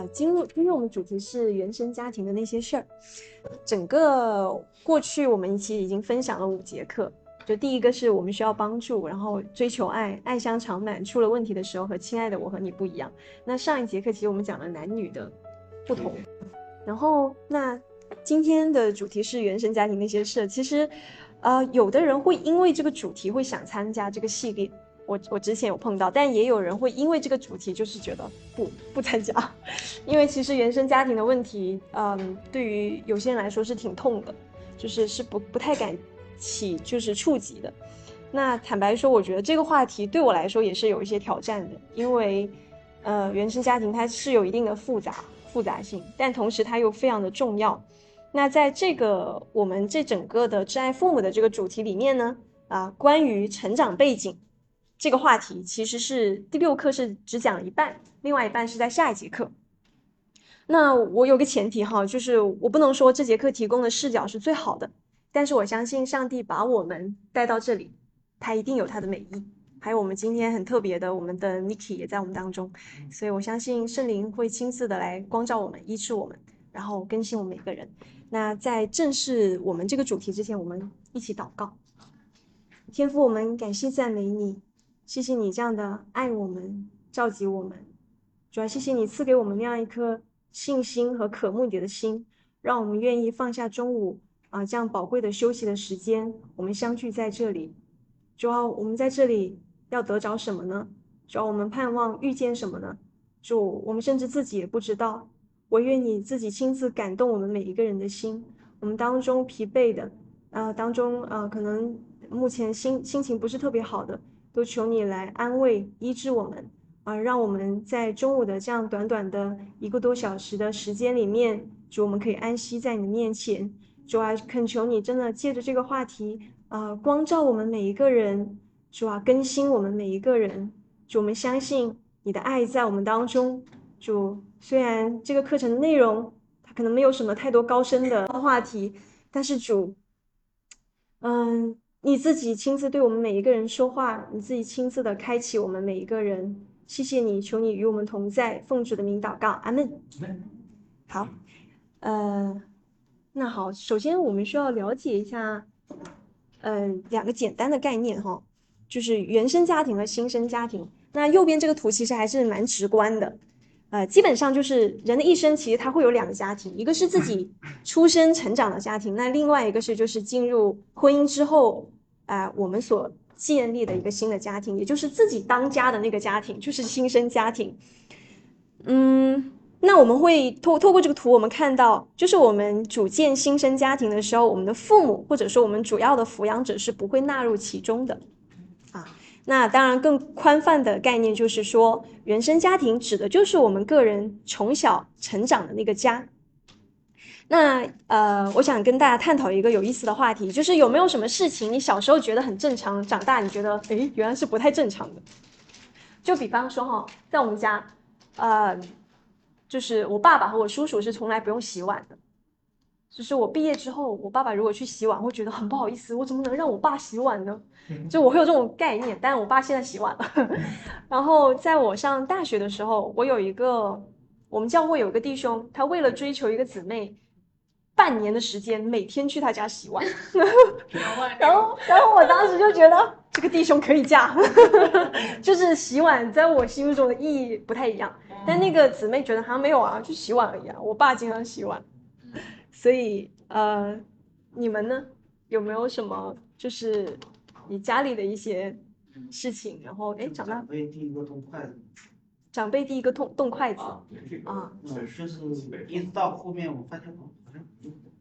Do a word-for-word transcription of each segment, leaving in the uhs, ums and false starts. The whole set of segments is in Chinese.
今日今天我们主题是原生家庭的那些事儿。整个过去我们其实已经分享了五节课，就第一个是我们需要帮助，然后追求爱，爱香长满，出了问题的时候和亲爱的我和你不一样。那上一节课其实我们讲了男女的不同，然后那今天的主题是原生家庭那些事。其实呃，有的人会因为这个主题会想参加这个系列，我我之前有碰到，但也有人会因为这个主题就是觉得不不参加，因为其实原生家庭的问题，嗯，对于有些人来说是挺痛的，就是是不不太敢起就是触及的。那坦白说，我觉得这个话题对我来说也是有一些挑战的，因为呃，原生家庭它是有一定的复杂复杂性，但同时它又非常的重要。那在这个我们这整个的挚爱父母的这个主题里面呢，啊，关于成长背景这个话题，其实是第六课是只讲了一半，另外一半是在下一节课。那我有个前提哈，就是我不能说这节课提供的视角是最好的，但是我相信上帝把我们带到这里，他一定有他的美意。还有我们今天很特别的，我们的 Niki 也在我们当中，所以我相信圣灵会亲自的来光照我们，医治我们，然后更新我们每个人。那在正式我们这个主题之前，我们一起祷告。天父，我们感谢赞美你，谢谢你这样的爱我们，召集我们。主要谢谢你赐给我们那样一颗信心和渴慕你的心，让我们愿意放下中午啊、呃、这样宝贵的休息的时间，我们相聚在这里。主要我们在这里要得着什么呢？主要我们盼望遇见什么呢？主，我们甚至自己也不知道。我愿你自己亲自感动我们每一个人的心。我们当中疲惫的，呃，当中呃，可能目前心心情不是特别好的，都求你来安慰医治我们。啊、呃，让我们在中午的这样短短的一个多小时的时间里面，主，我们可以安息在你的面前。主啊，恳求你真的借着这个话题，啊、呃，光照我们每一个人。主啊，更新我们每一个人。主，我们相信你的爱在我们当中。主，虽然这个课程的内容它可能没有什么太多高深的话题，但是主，嗯，你自己亲自对我们每一个人说话，你自己亲自的开启我们每一个人。谢谢你，求你与我们同在，奉主的名祷告，阿门。好，呃，那好，首先我们需要了解一下，嗯、呃，两个简单的概念哈，就是原生家庭和新生家庭。那右边这个图其实还是蛮直观的，呃，基本上就是人的一生其实他会有两个家庭，一个是自己出生成长的家庭，那另外一个是就是进入婚姻之后，啊、呃，我们所建立的一个新的家庭，也就是自己当家的那个家庭，就是新生家庭。嗯，那我们会透透过这个图，我们看到，就是我们组建新生家庭的时候，我们的父母或者说我们主要的抚养者是不会纳入其中的，啊。那当然，更宽泛的概念就是说，原生家庭指的就是我们个人从小成长的那个家。那呃，我想跟大家探讨一个有意思的话题，就是有没有什么事情你小时候觉得很正常，长大你觉得，诶，原来是不太正常的？就比方说哈，在我们家，呃，就是我爸爸和我叔叔是从来不用洗碗的。就是我毕业之后，我爸爸如果去洗碗，会觉得很不好意思，我怎么能让我爸洗碗呢？就我会有这种概念，但是我爸现在洗碗了。然后在我上大学的时候，我有一个我们教会有一个弟兄，他为了追求一个姊妹，半年的时间每天去他家洗碗。然后，然后我当时就觉得这个弟兄可以嫁，就是洗碗在我心目中的意义不太一样。但那个姊妹觉得好像没有啊，就洗碗而已啊。我爸经常洗碗。所以呃，你们呢有没有什么就是你家里的一些事情，然后哎长大长辈第一个动筷子， 长辈第一个动动筷子啊， 啊， 嗯，就是一直到后面我发现哦好像不用，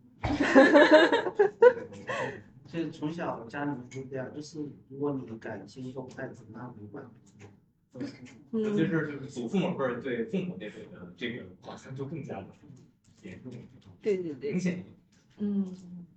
就从小家里面就这样，就是如果你敢先动筷子，那没办法。 尤其是祖父母辈儿对父母那辈的这个好像就更加的严重， 对对对， 明显。 嗯，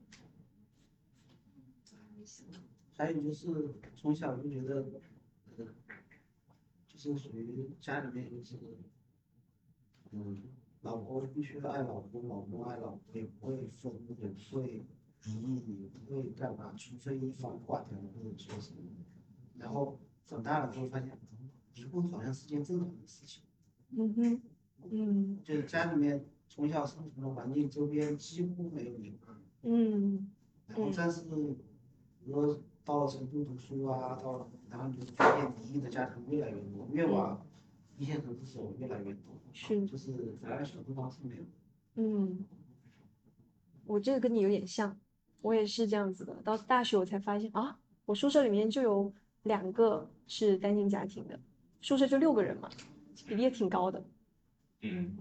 还有就是从小就觉得，呃，就是属于家里面就是，嗯，老公必须爱老公，老公爱老婆，也不会分，也不会离异，也不会干嘛，除非一方挂掉或者说什么。然后长大了之后发现，离婚好像是件正常的事情。 嗯哼， 嗯就是家里面从小生存的环境周边几乎没有人， 嗯然后但是如果到了成都读书啊，到了然后你就发现离异的家庭越来越多，越往一线城市走越来越多， 是， 就是在小地方是没有。 嗯，我这个跟你有点像，我也是这样子的。到大学我才发现啊，我宿舍里面就有两个是单亲家庭的，宿舍就六个人嘛，比例也挺高的。 嗯，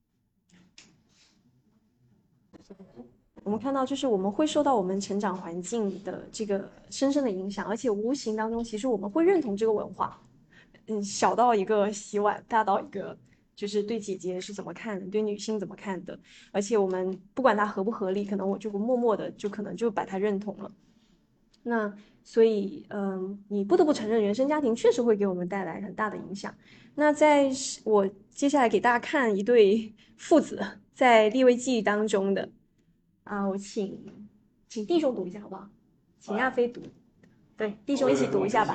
我们看到，就是我们会受到我们成长环境的这个深深的影响，而且无形当中，其实我们会认同这个文化。嗯，小到一个洗碗，大到一个就是对姐姐是怎么看的，对女性怎么看的，而且我们不管它合不合理，可能我就默默的就可能就把它认同了。那所以，嗯，你不得不承认，原生家庭确实会给我们带来很大的影响。那在我接下来给大家看一对父子在利未记当中的啊，我请请弟兄读一下好不好？请亚飞读，对，弟兄一起读一下吧。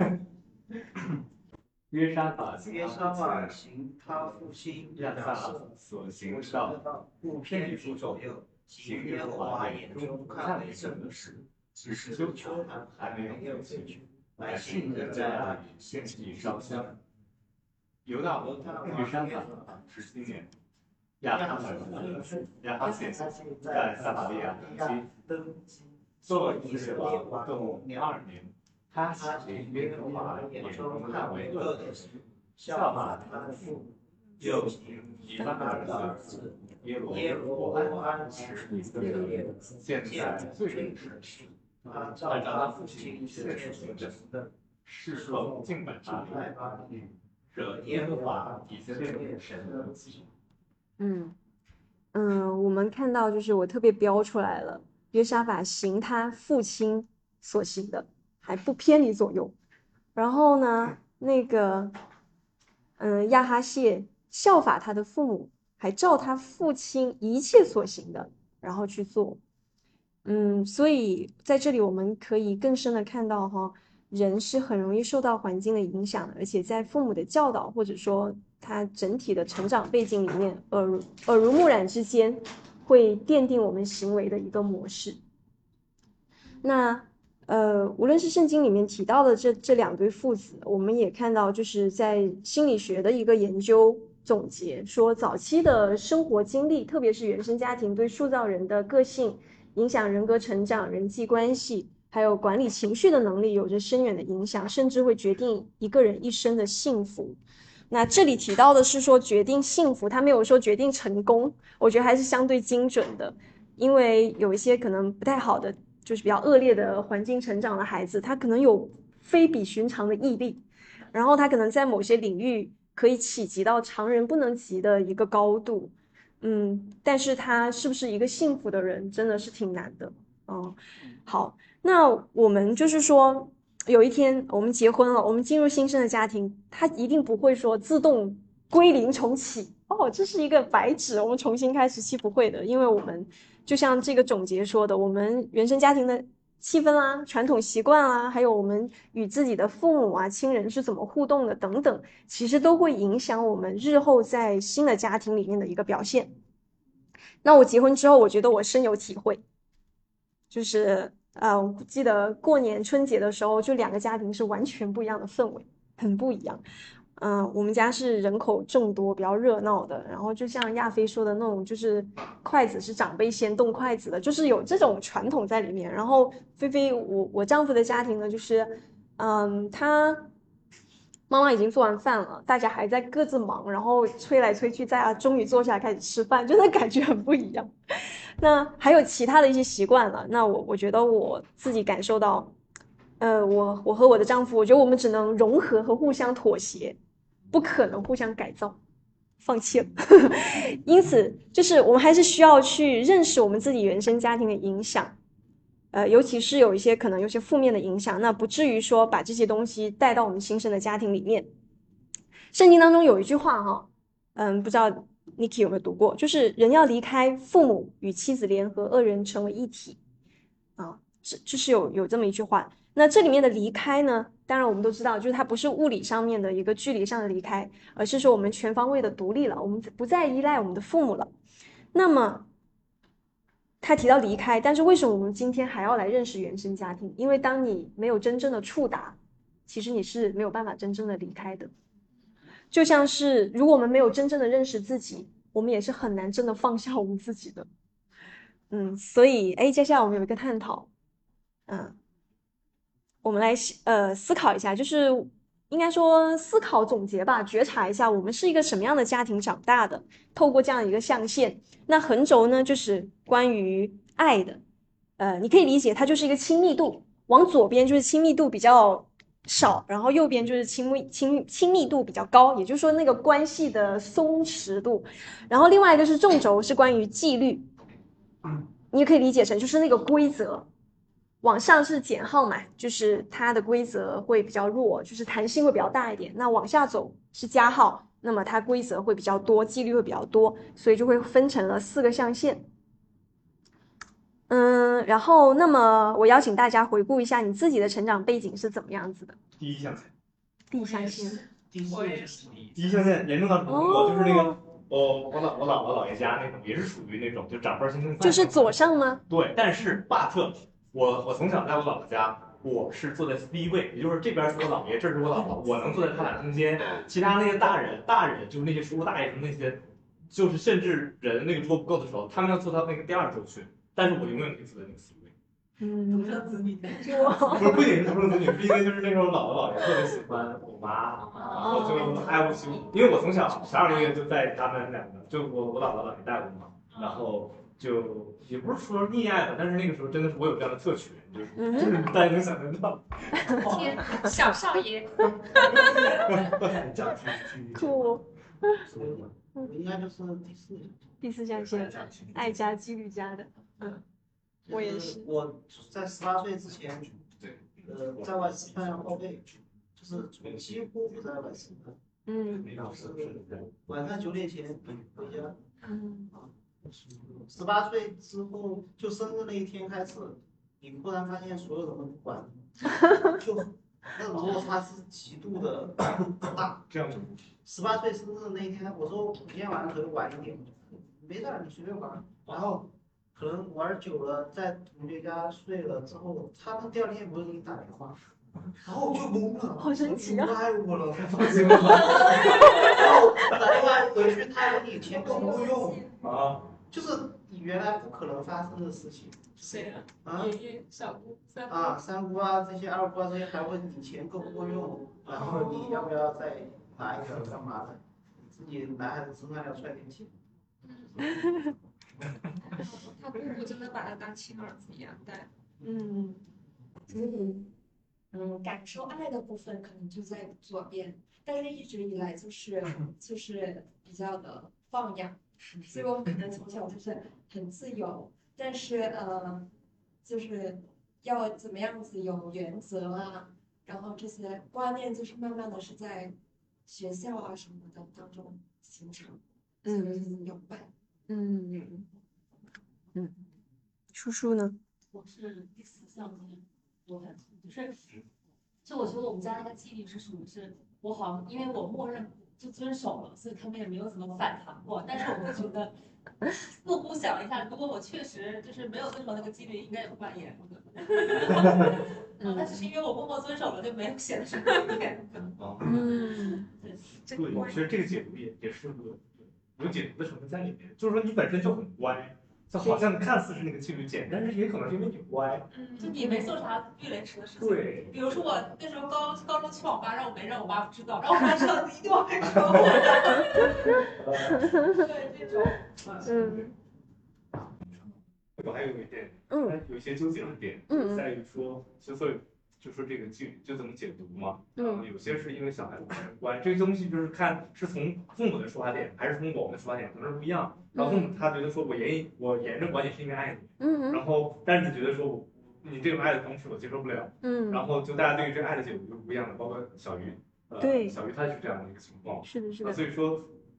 约沙法约沙法行他父亲亚萨所行之道， 不偏离左右，行耶和华眼中看为正的事，只是秋寒还没有进去，百姓仍在那里献祭烧香。 犹大王约沙法十七年，亚哈斯亚哈谢在撒玛利亚登基，做以色列王共二年。他行耶和华眼中看为恶的事，效法他的父母，又行以巴尔的儿子耶罗波安使以色列现在最正的事，他照他父亲以色列所行的，侍奉敬拜巴力，惹耶和华以色列神的气。 嗯嗯，我们看到就是我特别标出来了，约沙法行他父亲所行的，还不偏离左右。然后呢，那个嗯亚哈谢效法他的父母，还照他父亲一切所行的，然后去做。嗯，所以在这里我们可以更深的看到哈，人是很容易受到环境的影响的，而且在父母的教导或者说他整体的成长背景里面，耳濡耳濡目染之间，会奠定我们行为的一个模式。那呃，无论是圣经里面提到的这这两对父子，我们也看到，就是在心理学的一个研究总结说，早期的生活经历，特别是原生家庭，对塑造人的个性、影响人格成长、人际关系，还有管理情绪的能力，有着深远的影响，甚至会决定一个人一生的幸福。那这里提到的是说决定幸福，他没有说决定成功，我觉得还是相对精准的，因为有一些可能不太好的，就是比较恶劣的环境成长的孩子，他可能有非比寻常的毅力，然后他可能在某些领域可以企及到常人不能及的一个高度，嗯，但是他是不是一个幸福的人，真的是挺难的。哦，好，那我们就是说，有一天我们结婚了，我们进入新生的家庭，他一定不会说自动归零重启哦，这是一个白纸，我们重新开始期，不会的，因为我们就像这个总结说的，我们原生家庭的气氛啦、传统习惯啦，还有我们与自己的父母啊、亲人是怎么互动的等等，其实都会影响我们日后在新的家庭里面的一个表现。那我结婚之后，我觉得我深有体会，就是呃，我记得过年春节的时候，就两个家庭是完全不一样的氛围，很不一样。嗯、呃，我们家是人口众多，比较热闹的，然后就像亚飞说的那种，就是筷子是长辈先动筷子的，就是有这种传统在里面。然后菲菲，我我丈夫的家庭呢，就是嗯，他妈妈已经做完饭了，大家还在各自忙，然后催来催去，大家终于坐下来开始吃饭，就那感觉很不一样。那还有其他的一些习惯了，那我我觉得我自己感受到，呃，我我和我的丈夫，我觉得我们只能融合和互相妥协，不可能互相改造，放弃了。因此，就是我们还是需要去认识我们自己原生家庭的影响，呃，尤其是有一些可能有些负面的影响，那不至于说把这些东西带到我们新生的家庭里面。圣经当中有一句话哈，嗯，不知道 Niki 有没有读过，就是人要离开父母与妻子联合，二人成为一体啊，这这是有有这么一句话。 那这里面的离开呢，当然我们都知道，就是它不是物理上面的一个距离上的离开，而是说我们全方位的独立了，我们不再依赖我们的父母了。那么他提到离开，但是为什么我们今天还要来认识原生家庭？因为当你没有真正的触达，其实你是没有办法真正的离开的。就像是如果我们没有真正的认识自己，我们也是很难真的放下我们自己的。嗯，所以哎，接下来我们有一个探讨，嗯，我们来呃思考一下，就是应该说思考总结吧，觉察一下我们是一个什么样的家庭长大的。透过这样一个象限，那横轴呢就是关于爱的，呃，你可以理解它就是一个亲密度，往左边就是亲密度比较少，然后右边就是亲密亲亲密度比较高，也就是说那个关系的松弛度。然后另外一个是纵轴，是关于纪律，你也可以理解成就是那个规则。往上是减号嘛，就是它的规则会比较弱，就是弹性会比较大一点。那往下走是加号，那么它规则会比较多，纪律会比较多，所以就会分成了四个象限。嗯，然后那么我邀请大家回顾一下你自己的成长背景是怎么样子的。 第一象限， 第一象限， 第一第一象限严重到什么程度？就是那个。哦，我老我姥姥姥爷家那种也是属于那种就长辈形成就是左上吗？ 对，但是 but 我我从小在我姥姥家，我是坐在第一位，也就是这边是我姥爷，这是我姥姥，我能坐在他俩中间，其他那些大人大人就是那些叔叔大爷什么那些，就是甚至人那个桌不够的时候，他们要坐到那个第二桌去，但是我永远可以坐在那个 C 位。 嗯， 独生子女的， 不是不仅是独生子女，是因为就是那时候姥姥姥爷特别喜欢我妈，然后就爱不休。因为我从小十二个月就在他们两个，就我我姥姥姥爷带我嘛，然后就也不是说溺爱吧，但是那个时候真的是我有这样的特权，就是就是大家能想象到。 天，小少爷， 酷， 我应该就是第四第四象限，爱加纪律加的，嗯。我也是。 我在十八岁之前，呃，在外吃饭要报备，就是几乎不在外吃饭。 嗯。 就是晚上九点前回家。 嗯。 十八岁之后，就生日那一天开始，你突然发现所有人都不管你，就那种落差是极度的大。 这样。 十八岁生日那一天，我说我今天晚上可以晚一点，没事儿，你随便玩。然后。可能玩久了，在同学家睡了之后，他们第二天也不会给你打电话，然后我就懵了， 好神奇啊！ 不爱我了，然后打电话回去，他问你钱够不够用啊？就是你原来不可能发生的事情。 谁啊？ 啊？ 爷爷、小姑、三姑啊，三姑啊，这些二姑啊，这些还问你钱够不够用，然后你要不要再拿一个干嘛的？自己男孩子身上要揣点钱。 他姑姑真的把他当亲儿子一样待。 嗯嗯嗯，感受爱的部分可能就在左边，但是一直以来就是就是比较的放养，所以我可能从小就是很自由，但是呃，就是要怎么样子有原则啊，然后这些观念就是慢慢的是在学校啊什么的当中形成，嗯，有伴。 嗯嗯，叔叔呢？ 我是第四象限，我很就是，就我觉得我们家那个纪律是属于是，我好像因为我默认就遵守了，所以他们也没有怎么反弹过。但是我会觉得，似乎想了一下，如果我确实就是没有遵守那个纪律，应该有扮演。嗯，但是因为我默默遵守了，就没有显得是扮演。 嗯， 对，其实这个解读也也是有有解读的成分在里面，就是说你本身就很乖。就好像看似是那个纪律简，但是也可能是因为你乖， 嗯，就你没做啥越雷池的事情。 对， 比如说我那时候高高中去网吧，让我没让我妈不知道，然后我妈知道一定要跟说我。对，这种， 嗯。 我还有一点，嗯，有一些纠结的点，嗯，在于说，之所以就说这个纪律就怎么解读嘛，嗯，有些是因为小孩子本身乖，这个东西就是看是从父母的出发点，还是从我们的出发点，可能是不一样。然后父母他觉得说我严我严正管你是因为爱你，嗯，然后但是你觉得说我你这种爱的方式我接受不了，嗯，然后就大家对于这个爱的解读就是不一样的，包括小鱼，呃，对，小鱼他是这样的一个情况， 是的，是的， 所以说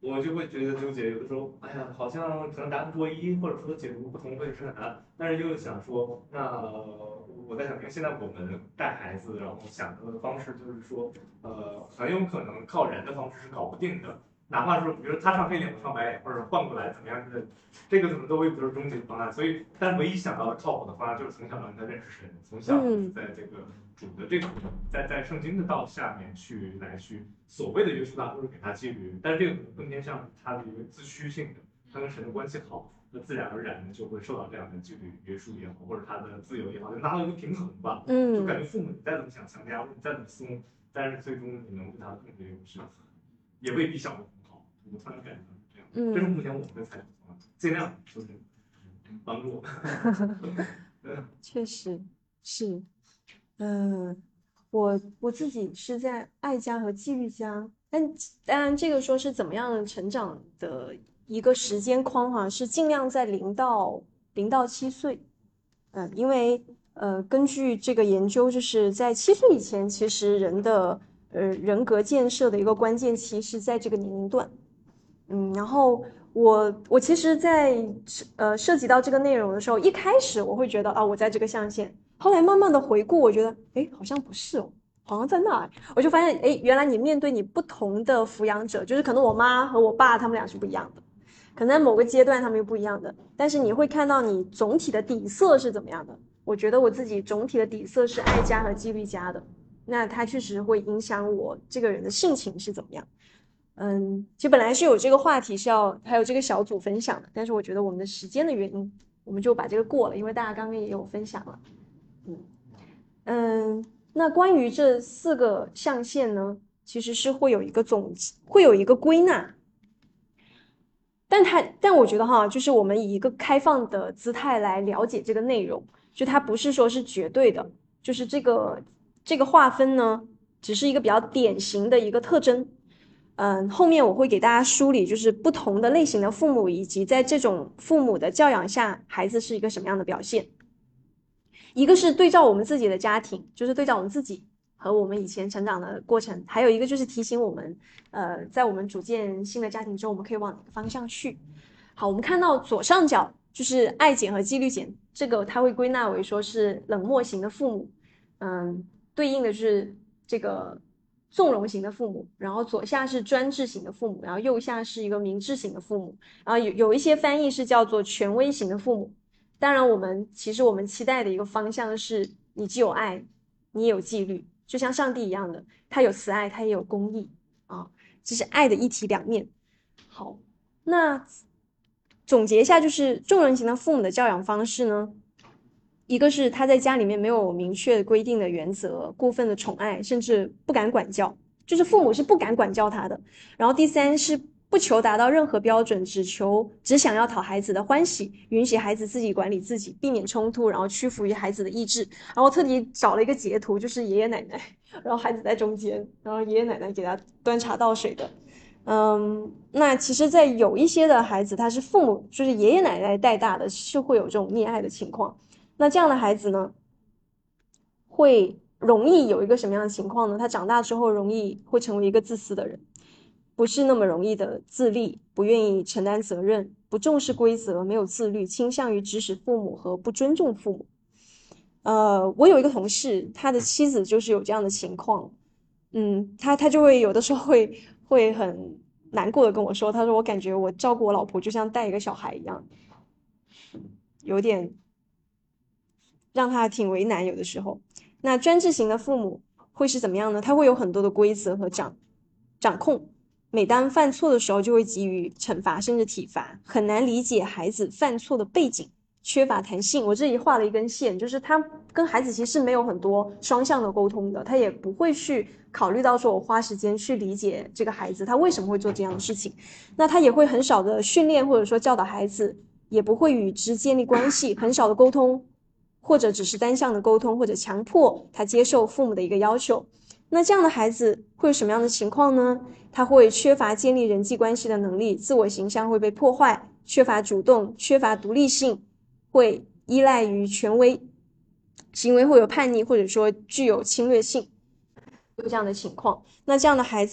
我就会觉得纠结，有的时候，哎呀，好像可能答案多一，或者说解读不同会是很难，但是又想说，那我在想，因为现在我们带孩子，然后想的方式就是说，呃，很有可能靠人的方式是搞不定的，哪怕说，比如他上黑脸，我上白脸，或者换过来怎么样的，这个怎么都未必是终极的方案。所以，但唯一想到的靠谱的方案就是从小让他认识神，从小在这个主的这个在在圣经的道下面去来去所谓的约束他，或者给他纪律，但是这个可能更偏向他的一个自驱性的，他跟神的关系好。那自然而然的就会受到这样的纪律约束也好，或者他的自由也好，就达到一个平衡吧。嗯，就感觉父母你再怎么想强加，或者你再怎么松，但是最终你能对他的控制也是，也未必效果很好。我突然感觉是这样，嗯，这是目前我们的采取方案，尽量就是帮助我。 确实是，嗯、呃，我我自己是在爱家和纪律家，但当然这个说是怎么样成长的。一个时间框哈、啊，是尽量在零到零到七岁，嗯，因为呃，根据这个研究，就是在七岁以前，其实人的呃人格建设的一个关键期是在这个年龄段，嗯，然后我我其实在，在呃涉及到这个内容的时候，一开始我会觉得啊，我在这个象限，后来慢慢的回顾，我觉得哎，好像不是哦。好像在那，我就发现，哎，原来你面对你不同的抚养者，就是可能我妈和我爸他们俩是不一样的。可能在某个阶段他们又不一样的，但是你会看到你总体的底色是怎么样的。我觉得我自己总体的底色是爱家和纪律家的，那它确实会影响我这个人的性情是怎么样。嗯，其实本来是有这个话题是要还有这个小组分享的，但是我觉得我们的时间的原因，我们就把这个过了，因为大家刚刚也有分享了。嗯嗯，那关于这四个象限呢，其实是会有一个总会有一个归纳。但它，但我觉得哈，就是我们以一个开放的姿态来了解这个内容，就它不是说是绝对的，就是这个这个划分呢，只是一个比较典型的一个特征。嗯，后面我会给大家梳理，就是不同的类型的父母，以及在这种父母的教养下，孩子是一个什么样的表现。一个是对照我们自己的家庭，就是对照我们自己和我们以前成长的过程，还有一个就是提醒我们，呃，在我们组建新的家庭之后，我们可以往哪个方向去。好，我们看到左上角就是爱减和纪律减，这个它会归纳为说是冷漠型的父母，嗯，对应的是这个纵容型的父母，然后左下是专制型的父母，然后右下是一个明智型的父母，然后有有一些翻译是叫做权威型的父母。当然，我们其实我们期待的一个方向是，你既有爱，你也有纪律，就像上帝一样的，他有慈爱，他也有公义啊，这是爱的一体两面。好，那总结一下，就是纵容型的父母的教养方式呢，一个是他在家里面没有明确规定的原则，过分的宠爱，甚至不敢管教，就是父母是不敢管教他的。然后第三是不求达到任何标准，只求只想要讨孩子的欢喜，允许孩子自己管理自己，避免冲突，然后屈服于孩子的意志。然后特地找了一个截图，就是爷爷奶奶，然后孩子在中间，然后爷爷奶奶给他端茶倒水的。嗯，那其实在有一些的孩子他是父母就是爷爷奶奶带大的，是会有这种溺爱的情况。那这样的孩子呢，会容易有一个什么样的情况呢？他长大之后容易会成为一个自私的人，不是那么容易的自立，不愿意承担责任，不重视规则，没有自律，倾向于指使父母和不尊重父母。呃，我有一个同事，他的妻子就是有这样的情况，嗯，他他就会有的时候会会很难过的跟我说，他说我感觉我照顾我老婆就像带一个小孩一样，有点让他挺为难有的时候。那专制型的父母会是怎么样呢？他会有很多的规则和掌掌控，每当犯错的时候就会给予惩罚甚至体罚，很难理解孩子犯错的背景，缺乏弹性。我这里画了一根线，就是他跟孩子其实没有很多双向的沟通的，他也不会去考虑到说我花时间去理解这个孩子他为什么会做这样的事情。那他也会很少的训练或者说教导孩子，也不会与之建立关系，很少的沟通，或者只是单向的沟通，或者强迫他接受父母的一个要求。那这样的孩子会有什么样的情况呢？他会缺乏建立人际关系的能力，自我形象会被破坏，缺乏主动，缺乏独立性，会依赖于权威，行为会有叛逆，或者说具有侵略性，有这样的情况。那这样的孩子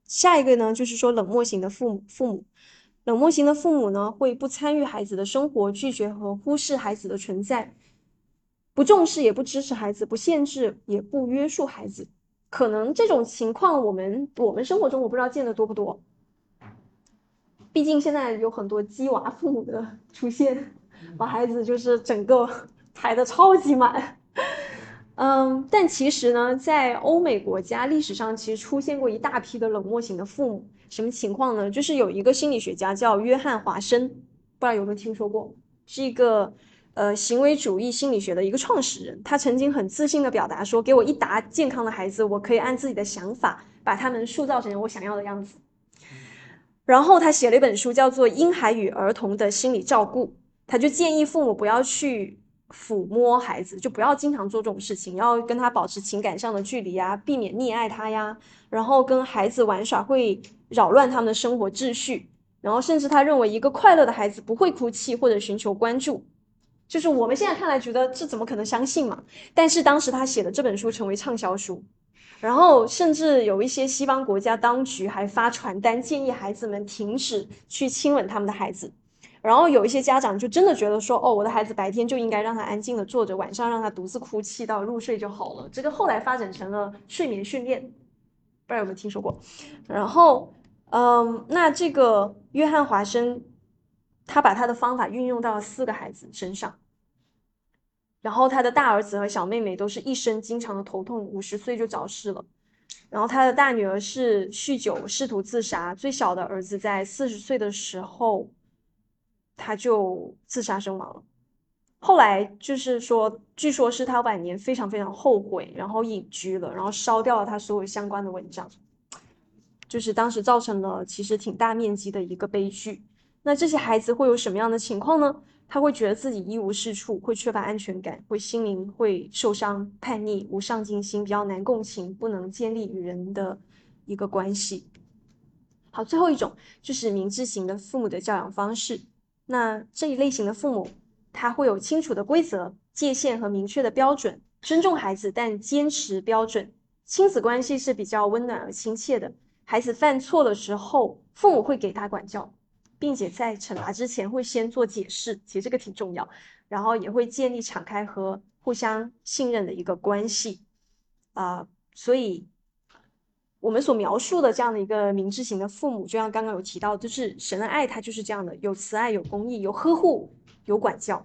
下一个呢，就是说冷漠型的父母，父母，冷漠型的父母呢，会不参与孩子的生活，拒绝和忽视孩子的存在，不重视也不支持孩子，不限制也不约束孩子。可能这种情况我们我们生活中我不知道见得多不多，毕竟现在有很多鸡娃父母的出现，把孩子就是整个排得超级满。嗯，但其实呢，在欧美国家历史上其实出现过一大批的冷漠型的父母。什么情况呢？就是有一个心理学家叫约翰华生，不知道有没有听说过，是一个呃行为主义心理学的一个创始人。他曾经很自信的表达说，给我一打健康的孩子，我可以按自己的想法把他们塑造成我想要的样子。然后他写了一本书叫做《婴孩与儿童的心理照顾》，他就建议父母不要去抚摸孩子，就不要经常做这种事情，要跟他保持情感上的距离啊，避免溺爱他呀，然后跟孩子玩耍会扰乱他们的生活秩序，然后甚至他认为一个快乐的孩子不会哭泣或者寻求关注，就是我们现在看来觉得这怎么可能相信嘛，但是当时他写的这本书成为畅销书，然后甚至有一些西方国家当局还发传单建议孩子们停止去亲吻他们的孩子，然后有一些家长就真的觉得说，哦，我的孩子白天就应该让他安静的坐着，晚上让他独自哭泣到入睡就好了，这个后来发展成了睡眠训练，不知道有没有听说过。然后嗯，那这个约翰华生他把他的方法运用到了四个孩子身上，然后他的大儿子和小妹妹都是一生经常的头痛，五十岁就早逝了。然后他的大女儿是酗酒试图自杀，最小的儿子在四十岁的时候他就自杀身亡了。后来就是说，据说是他晚年非常非常后悔，然后隐居了，然后烧掉了他所有相关的文章，就是当时造成了其实挺大面积的一个悲剧。那这些孩子会有什么样的情况呢？他会觉得自己一无是处，会缺乏安全感，会心灵会受伤、叛逆、无上进心，比较难共情，不能建立与人的一个关系。好，最后一种就是明智型的父母的教养方式。那这一类型的父母，他会有清楚的规则、界限和明确的标准，尊重孩子，但坚持标准。亲子关系是比较温暖而亲切的。孩子犯错的时候，父母会给他管教，并且在惩罚之前会先做解释，其实这个挺重要，然后也会建立敞开和互相信任的一个关系啊、呃，所以我们所描述的这样的一个明智型的父母，就像刚刚有提到，就是神的爱，它就是这样的，有慈爱，有公义，有呵护，有管教。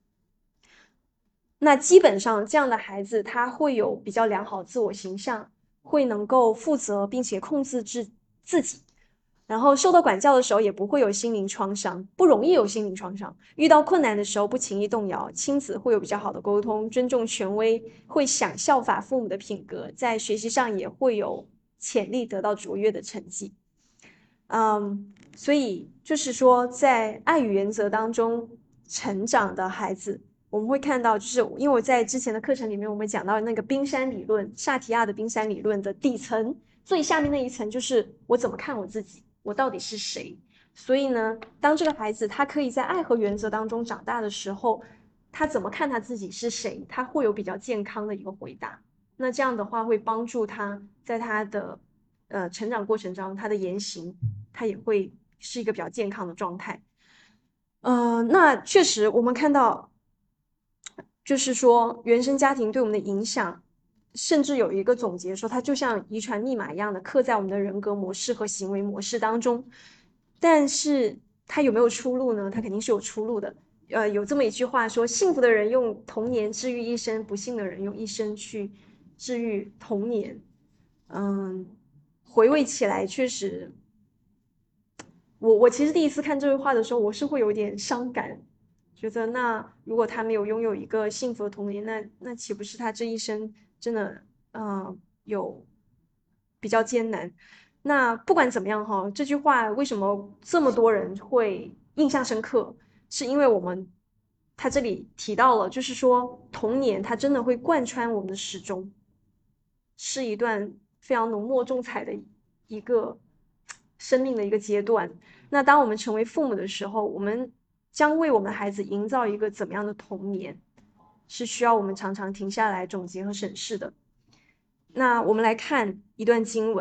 那基本上这样的孩子，他会有比较良好自我形象，会能够负责并且控制自自己，然后受到管教的时候也不会有心灵创伤，不容易有心灵创伤，遇到困难的时候不轻易动摇，亲子会有比较好的沟通，尊重权威，会想效法父母的品格，在学习上也会有潜力得到卓越的成绩。嗯，所以就是说在爱与原则当中成长的孩子，我们会看到，就是因为我在之前的课程里面我们讲到那个冰山理论，萨提亚的冰山理论的底层最下面那一层就是我怎么看我自己，我到底是谁。所以呢，当这个孩子他可以在爱和原则当中长大的时候，他怎么看他自己是谁，他会有比较健康的一个回答。那这样的话会帮助他在他的呃成长过程中，他的言行他也会是一个比较健康的状态。呃，那确实我们看到就是说原生家庭对我们的影响，甚至有一个总结说它就像遗传密码一样的刻在我们的人格模式和行为模式当中。但是它有没有出路呢？它肯定是有出路的。呃，有这么一句话说，幸福的人用童年治愈一生，不幸的人用一生去治愈童年。嗯，回味起来确实，我我其实第一次看这句话的时候，我是会有点伤感，觉得那如果他没有拥有一个幸福的童年，那那岂不是他这一生真的呃有比较艰难？那不管怎么样哈，这句话为什么这么多人会印象深刻？是因为我们他这里提到了，就是说童年它真的会贯穿我们的始终，是一段非常浓墨重彩的一个生命的一个阶段。那当我们成为父母的时候，我们将为我们的孩子营造一个怎么样的童年，是需要我们常常停下来总结和审视的。那我们来看一段经文，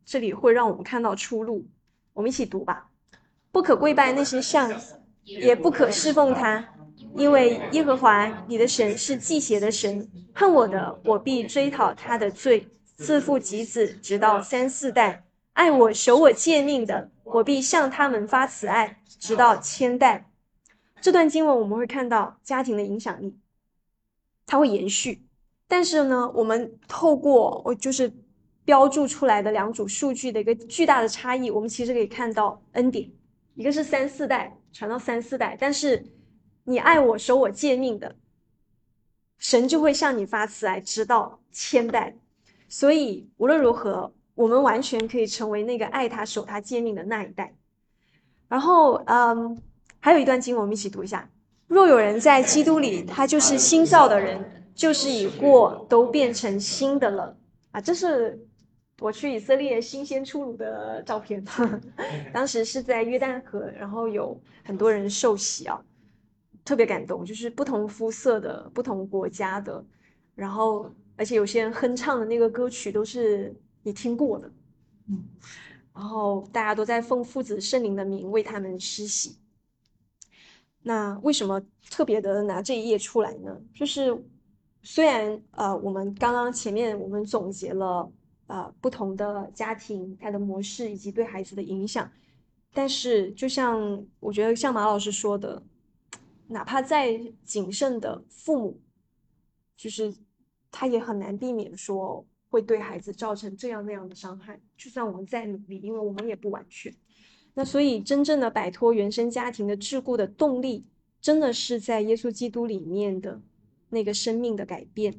这里会让我们看到出路。我们一起读吧。不可跪拜那些像，也不可侍奉他，因为耶和华你的神是忌邪的神，恨我的，我必追讨他的罪，自父及子，直到三四代；爱我守我诫命的，我必向他们发慈爱，直到千代。这段经文我们会看到家庭的影响力，它会延续。但是呢，我们透过我就是标注出来的两组数据的一个巨大的差异，我们其实可以看到恩典，一个是三四代传到三四代，但是你爱我守我诫命的，神就会向你发慈爱，直到千代。所以无论如何，我们完全可以成为那个爱他守他诫命的那一代。然后嗯，还有一段经文我们一起读一下。若有人在基督里，他就是新造的人，就是已过都变成新的了啊！这是我去以色列新鲜出炉的照片，当时是在约旦河，然后有很多人受洗啊，特别感动，就是不同肤色的、不同国家的，然后而且有些人哼唱的那个歌曲都是你听过的，嗯，然后大家都在奉父子圣灵的名为他们施洗。那为什么特别的拿这一页出来呢？就是虽然呃，我们刚刚前面我们总结了呃不同的家庭它的模式以及对孩子的影响，但是就像我觉得像马老师说的，哪怕再谨慎的父母，就是他也很难避免说会对孩子造成这样那样的伤害，就算我们再努力，因为我们也不完全。那所以真正的摆脱原生家庭的桎梏的动力，真的是在耶稣基督里面的那个生命的改变。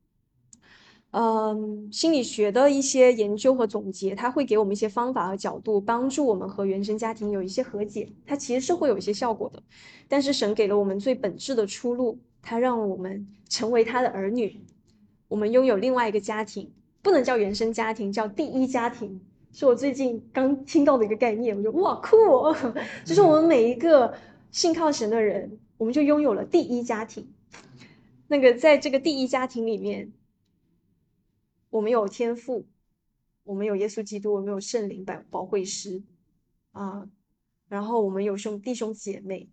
嗯，心理学的一些研究和总结，它会给我们一些方法和角度，帮助我们和原生家庭有一些和解，它其实是会有一些效果的。但是神给了我们最本质的出路，他让我们成为他的儿女，我们拥有另外一个家庭，不能叫原生家庭，叫第一家庭。是我最近刚听到的一个概念，我觉得哇酷哦！就是我们每一个信靠神的人，我们就拥有了第一家庭。那个在这个第一家庭里面，我们有天父，我们有耶稣基督，我们有圣灵保保惠师啊，然后我们有兄弟兄姐妹。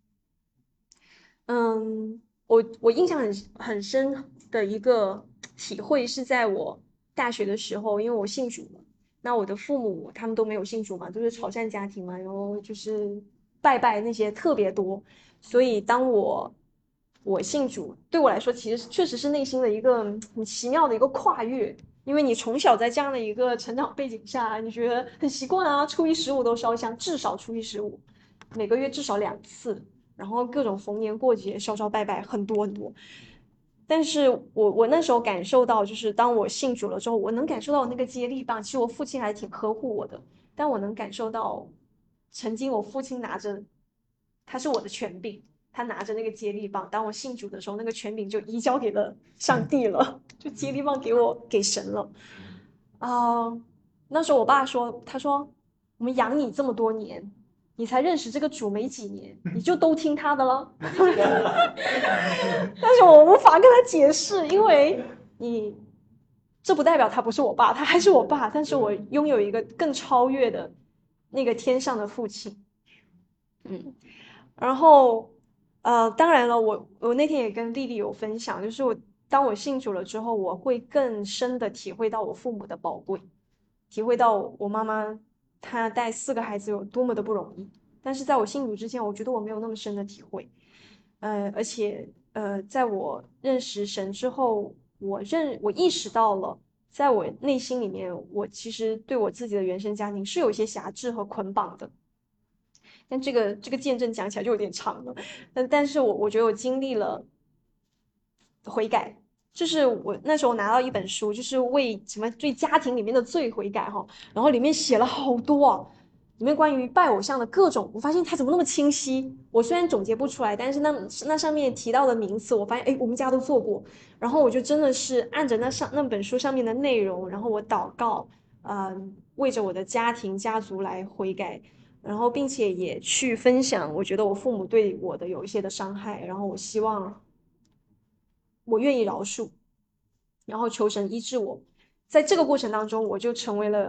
嗯，我我印象很很深的一个体会是在我大学的时候，因为我信主嘛。那我的父母他们都没有信主嘛，都是潮汕家庭嘛，然后就是拜拜那些特别多，所以当我我信主，对我来说其实确实是内心的一个很奇妙的一个跨越，因为你从小在这样的一个成长背景下，你觉得很习惯啊，初一十五都烧香，至少初一十五，每个月至少两次，然后各种逢年过节烧烧拜拜很多很多。但是我我那时候感受到，就是当我信主了之后，我能感受到那个接力棒。其实我父亲还挺呵护我的，但我能感受到，曾经我父亲拿着，他是我的权柄，他拿着那个接力棒。当我信主的时候，那个权柄就移交给了上帝了，就接力棒给我给神了。啊、呃，那时候我爸说，他说我们养你这么多年。你才认识这个主没几年，你就都听他的了。但是我无法跟他解释，因为你这不代表他不是我爸，他还是我爸，但是我拥有一个更超越的那个天上的父亲。嗯，然后呃，当然了，我我那天也跟丽丽有分享，就是我当我信主了之后，我会更深的体会到我父母的宝贵，体会到我妈妈她带四个孩子有多么的不容易。但是在我信主之前，我觉得我没有那么深的体会。呃，而且呃，在我认识神之后，我认我意识到了，在我内心里面，我其实对我自己的原生家庭是有一些辖制和捆绑的。但这个这个见证讲起来就有点长了，但但是我我觉得我经历了悔改。就是我那时候拿到一本书，就是为什么对家庭里面的罪悔改哈，然后里面写了好多啊，里面关于拜偶像的各种，我发现它怎么那么清晰？我虽然总结不出来，但是那那上面提到的名词，我发现哎，我们家都做过。然后我就真的是按着那上那本书上面的内容，然后我祷告，呃，为着我的家庭家族来悔改，然后并且也去分享，我觉得我父母对我的有一些的伤害，然后我希望我愿意饶恕，然后求神医治我。在这个过程当中，我就成为了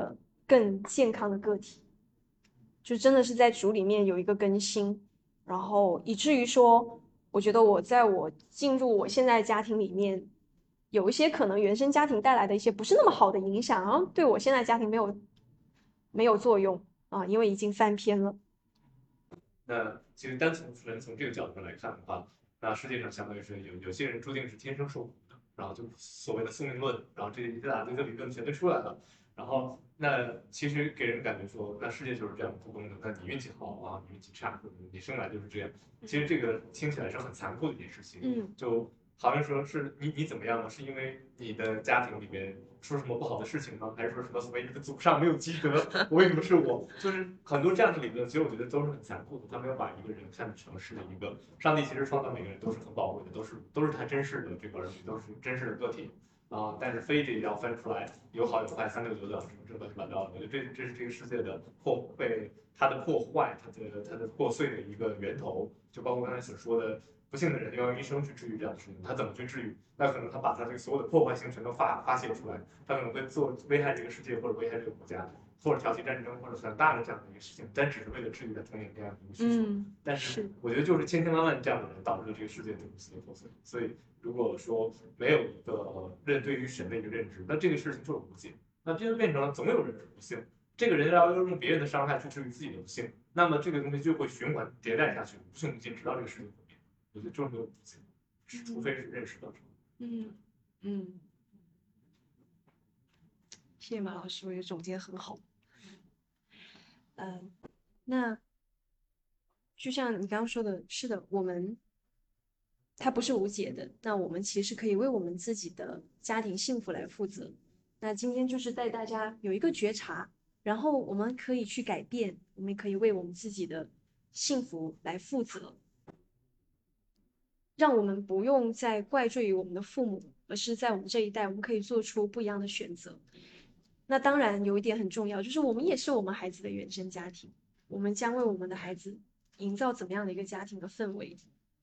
更健康的个体，就真的是在主里面有一个更新，然后以至于说，我觉得我在我进入我现在的家庭里面，有一些可能原生家庭带来的一些不是那么好的影响，然后对我现在家庭没有没有作用啊，因为已经翻篇了。 那其实单从人从这个角度上来看的话，那世界上相当于是有有些人注定是天生受苦的，然后就所谓的宿命论，然后这一大堆的理论全都出来了。然后那其实给人感觉说，那世界就是这样不公的，那你运气好啊，你运气差，或者你生来就是这样。其实这个听起来是很残酷的一件事情， 嗯， 就好像说是你你怎么样呢？是因为你的家庭里面说什么不好的事情吗？还是说什么所谓你的祖上没有积德？为什么是我？就是很多这样的理论，其实我觉得都是很残酷的。他没有把一个人看成是一个上帝，其实创造每个人都是很宝贵的，都是都是他真实的这个儿女，都是真实的个体。啊，但是非得要分出来有好有坏，三六九等什么这乱七八糟的，我觉得这这是这个世界的破被它的破坏，它的它的破碎的一个源头，就包括刚才所说的不幸的人要用一生去治愈这样的事情，他怎么去治愈？那可能他把他这个所有的破坏性全都发发泄出来，他可能会做危害这个世界或者危害这个国家，或者挑起战争或者很大的这样的一个事情，但只是为了治愈他童年这样的一个需求。 嗯， 但是我觉得就是千千万万这样的人导致了这个世界如此的破碎，所以。如果说没有一个认对于神的一个认知，那这个事情就是无解，那这就变成了总有人是不幸，这个人要用别人的伤害去治愈自己的不幸，那么这个东西就会循环迭代下去，无穷无尽，直到这个世界毁灭。我觉得就是没有不幸，除非是认识到。 嗯嗯，谢谢马老师，我觉得总结很好。嗯、呃，那就像你刚刚说的，是的，我们。它不是无解的，那我们其实可以为我们自己的家庭幸福来负责。那今天就是带大家有一个觉察，然后我们可以去改变，我们可以为我们自己的幸福来负责，让我们不用再怪罪于我们的父母，而是在我们这一代，我们可以做出不一样的选择。那当然有一点很重要，就是我们也是我们孩子的原生家庭，我们将为我们的孩子营造怎么样的一个家庭的氛围。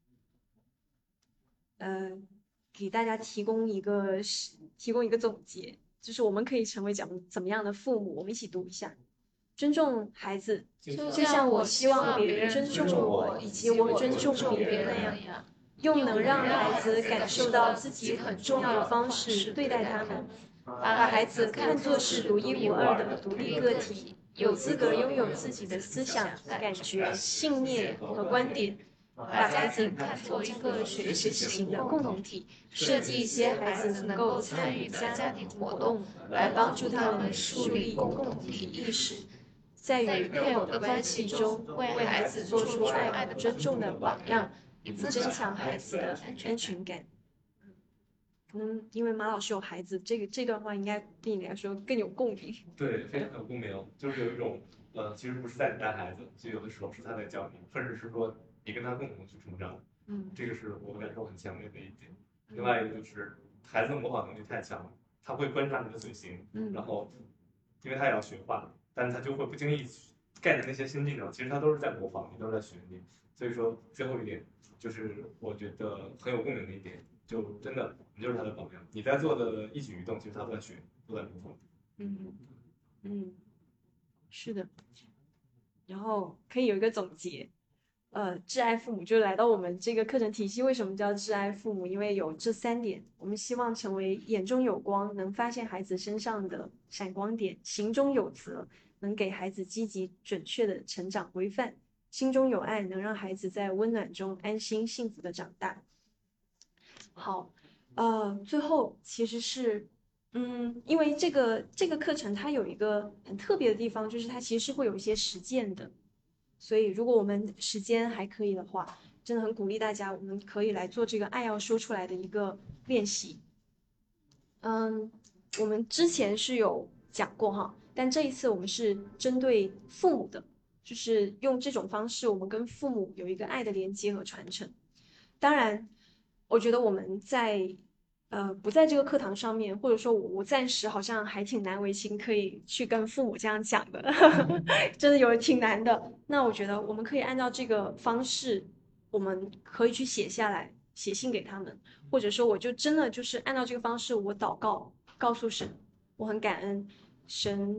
呃，给大家提供一个提供一个总结，就是我们可以成为怎么怎么样的父母？我们一起读一下：尊重孩子，就像我希望别人尊重我，以及我尊重别人那样，用能让孩子感受到自己很重要的方式对待他们，把孩子看作是独一无二的独立个体，有资格拥有自己的思想、感觉、信念和观点。把孩子看作一个学习型的共同体，设计一些孩子能够参与的家庭活动，来帮助他们树立共同体意识，在与配偶的关系中，为孩子做出爱和尊重的榜样，以增强孩子的安全感。可能因为马老师有孩子，这个这段话应该对你来说更有共鸣。 对，非常有共鸣，就是有一种呃，其实不是在你带孩子，其实有的时候是他在教你，甚至是说。你跟他共同去成长， 嗯， 这个是我感受很强烈的一点。另外一个就是孩子的模仿能力太强了，他会观察你的嘴型， 嗯， 然后因为他也要学话，但是他就会不经意盖的那些新技能，其实他都是在模仿你，都是在学你。所以说最后一点就是我觉得很有共鸣的一点，就真的你就是他的榜样，你在做的一举一动，其实他都在学，都在模仿。 嗯嗯，是的。然后可以有一个总结。呃，挚爱父母就来到我们这个课程体系，为什么叫挚爱父母？因为有这三点，我们希望成为眼中有光，能发现孩子身上的闪光点；行中有责，能给孩子积极准确的成长规范；心中有爱，能让孩子在温暖中安心幸福的长大。好，呃，最后其实是，嗯，因为这个这个课程它有一个很特别的地方，就是它其实是会有一些实践的。所以，如果我们时间还可以的话，真的很鼓励大家，我们可以来做这个爱要说出来的一个练习。嗯，我们之前是有讲过哈，但这一次我们是针对父母的，就是用这种方式，我们跟父母有一个爱的连接和传承。当然，我觉得我们在呃不在这个课堂上面，或者说我我暂时好像还挺难为情，可以去跟父母这样讲的，真的有挺难的。那我觉得我们可以按照这个方式，我们可以去写下来，写信给他们，或者说我就真的就是按照这个方式，我祷告，告诉神，我很感恩神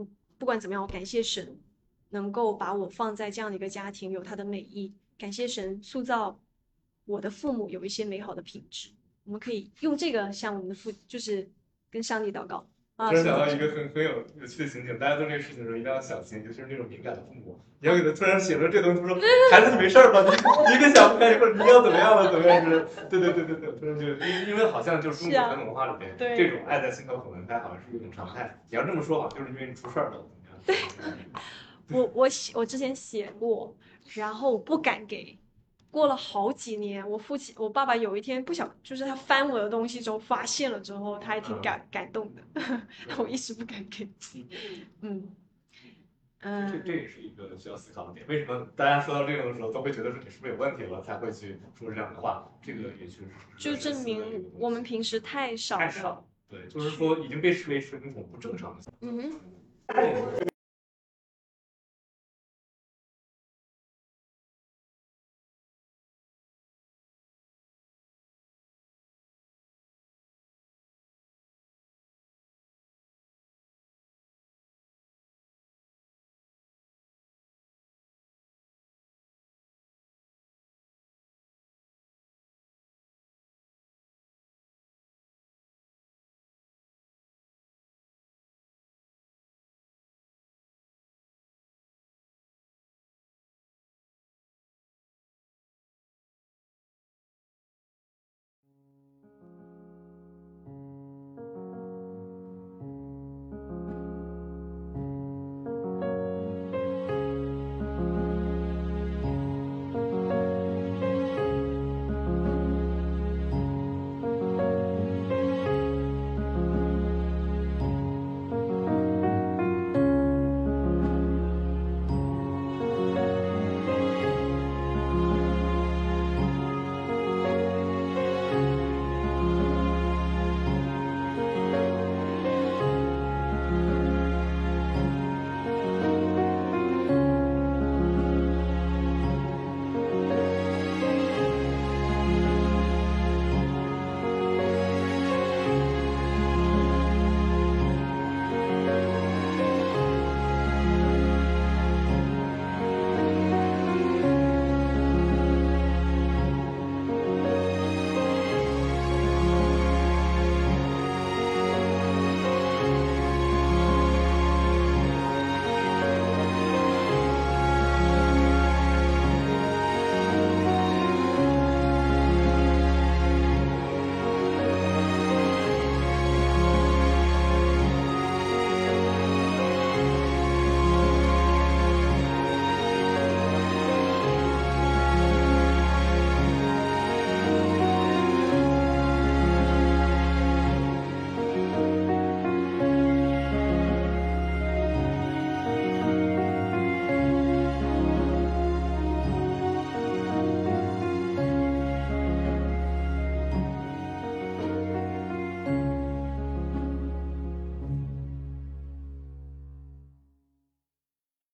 不管怎么样，我感谢神能够把我放在这样的一个家庭，有他的美意，感谢神塑造我的父母有一些美好的品质。我们可以用这个向我们的父，就是跟上帝祷告。啊， 突然想到一个很很有有趣的情景，大家做这个事情的时候一定要小心，尤其是那种敏感的父母，你要给他突然写了这东西，说孩子你没事吧？你你可想不开，或者你要怎么样了？怎么样是？对对对对对，突然就因因为好像就是中国传统文化里面，这种爱在心头口难开，好像是一种常态。你要这么说，好像就是因为你出事儿了，怎么样？ 对，我我写我之前写过，然后我不敢给。过了好几年，我父亲，我爸爸有一天不小，就是他翻我的东西之后发现了之后，他还挺感、嗯、感动的，我一直不敢给。嗯嗯， 这这也是一个需要思考的点。为什么大家说到这个的时候，都会觉得说你是不是有问题了，才会去说这样的话？这个也确实就证明我们平时太少太少，对，就是说已经被视为是一种不正常的。 嗯哼。